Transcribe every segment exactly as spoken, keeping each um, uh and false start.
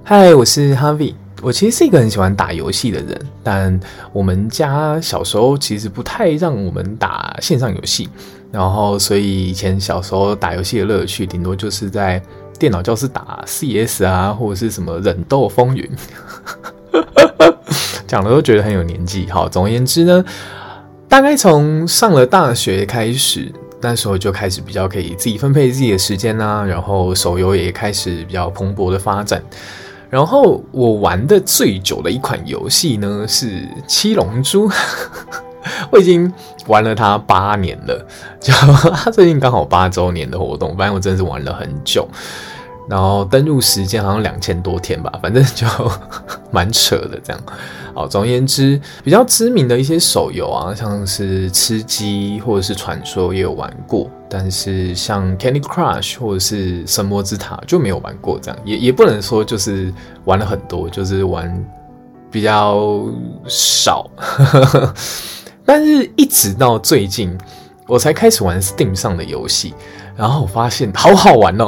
嗨，我是 Harvey。我其实是一个很喜欢打游戏的人，但我们家小时候其实不太让我们打线上游戏，然后所以以前小时候打游戏的乐趣，顶多就是在电脑教室打 C S 啊，或者是什么忍斗风云，讲的都觉得很有年纪。好，总而言之呢，大概从上了大学开始，那时候就开始比较可以自己分配自己的时间啊，然后手游也开始比较蓬勃的发展。然后我玩的最久的一款游戏呢是七龙珠，我已经玩了它八年了，就它最近刚好八周年的活动，反正我真的是玩了很久。然后登入时间好像两千多天吧，反正就蛮扯的这样。好，总而言之，比较知名的一些手游啊，像是吃鸡或者是传说也有玩过，但是像 Candy Crush 或者是神魔之塔就没有玩过，这样也也不能说就是玩了很多，就是玩比较少。但是一直到最近，我才开始玩 Steam 上的游戏。然后我发现好好玩哦。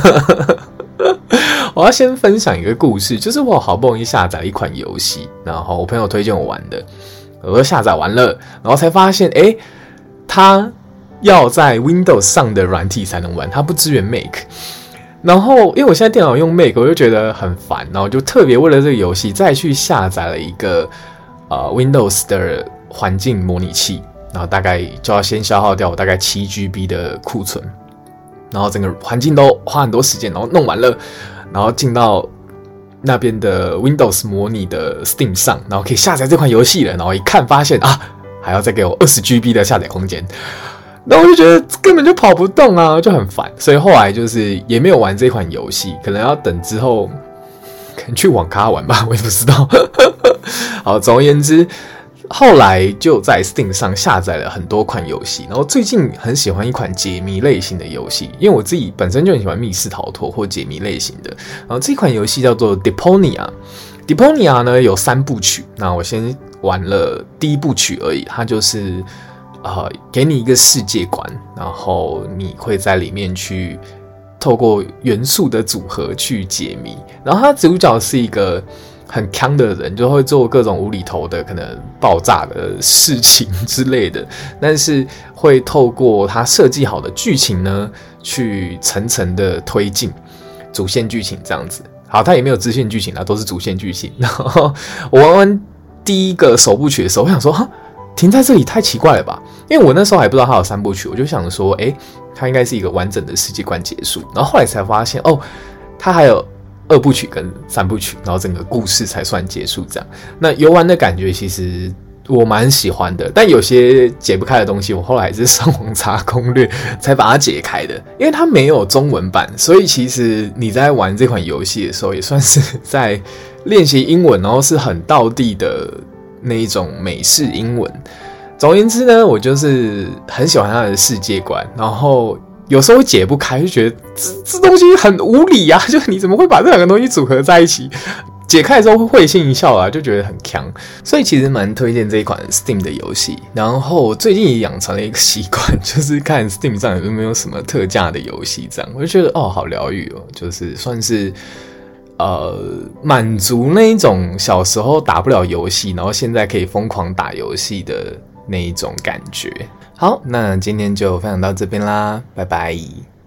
我要先分享一个故事，就是我好不容易下载了一款游戏，然后我朋友推荐我玩的，我就下载完了，然后才发现诶它要在 Windows 上的软体才能玩，它不支援 Mac。然后因为我现在电脑用 Mac， 我就觉得很烦，然后就特别为了这个游戏再去下载了一个、呃、Windows 的环境模拟器，然后大概就要先消耗掉我大概七 G B 的库存，然后整个环境都花很多时间，然后弄完了，然后进到那边的 Windows 模拟的 Steam 上，然后可以下载这款游戏了。然后一看发现啊，还要再给我二十 G B 的下载空间，然后我就觉得根本就跑不动啊，就很烦。所以后来就是也没有玩这款游戏，可能要等之后可能去网咖玩吧，我也不知道。好，总而言之。后来就在 Steam 上下载了很多款游戏，然后最近很喜欢一款解谜类型的游戏，因为我自己本身就很喜欢密室逃脱或解谜类型的。然后这款游戏叫做 Deponia。Deponia 呢有三部曲，那我先玩了第一部曲而已，它就是呃给你一个世界观，然后你会在里面去透过元素的组合去解谜，然后它主角是一个很强的人，就会做各种无厘头的可能爆炸的事情之类的，但是会透过他设计好的剧情呢，去层层的推进主线剧情这样子。好，他也没有支线剧情啦，都是主线剧情。然后我玩完第一个首部曲的时候，我想说，哈，停在这里太奇怪了吧？因为我那时候还不知道他有三部曲，我就想说，哎，他应该是一个完整的世界观结束。然后后来才发现，哦，他还有二部曲跟三部曲，然后整个故事才算结束这样。那游玩的感觉其实我蛮喜欢的，但有些解不开的东西，我后来还是上网查攻略才把它解开的。因为它没有中文版，所以其实你在玩这款游戏的时候，也算是在练习英文，然后是很道地的那一种美式英文。总而言之呢，我就是很喜欢它的世界观，然后有时候解不开，就觉得 这, 这东西很无理啊！就你怎么会把这两个东西组合在一起？解开的时候会会心一笑啊，就觉得很强。所以其实蛮推荐这一款 Steam 的游戏。然后最近也养成了一个习惯，就是看 Steam 上有没有什么特价的游戏，这样我就觉得哦，好疗愈哦，就是算是呃满足那一种小时候打不了游戏，然后现在可以疯狂打游戏的那一种感觉。好，那今天就分享到这边啦，拜拜。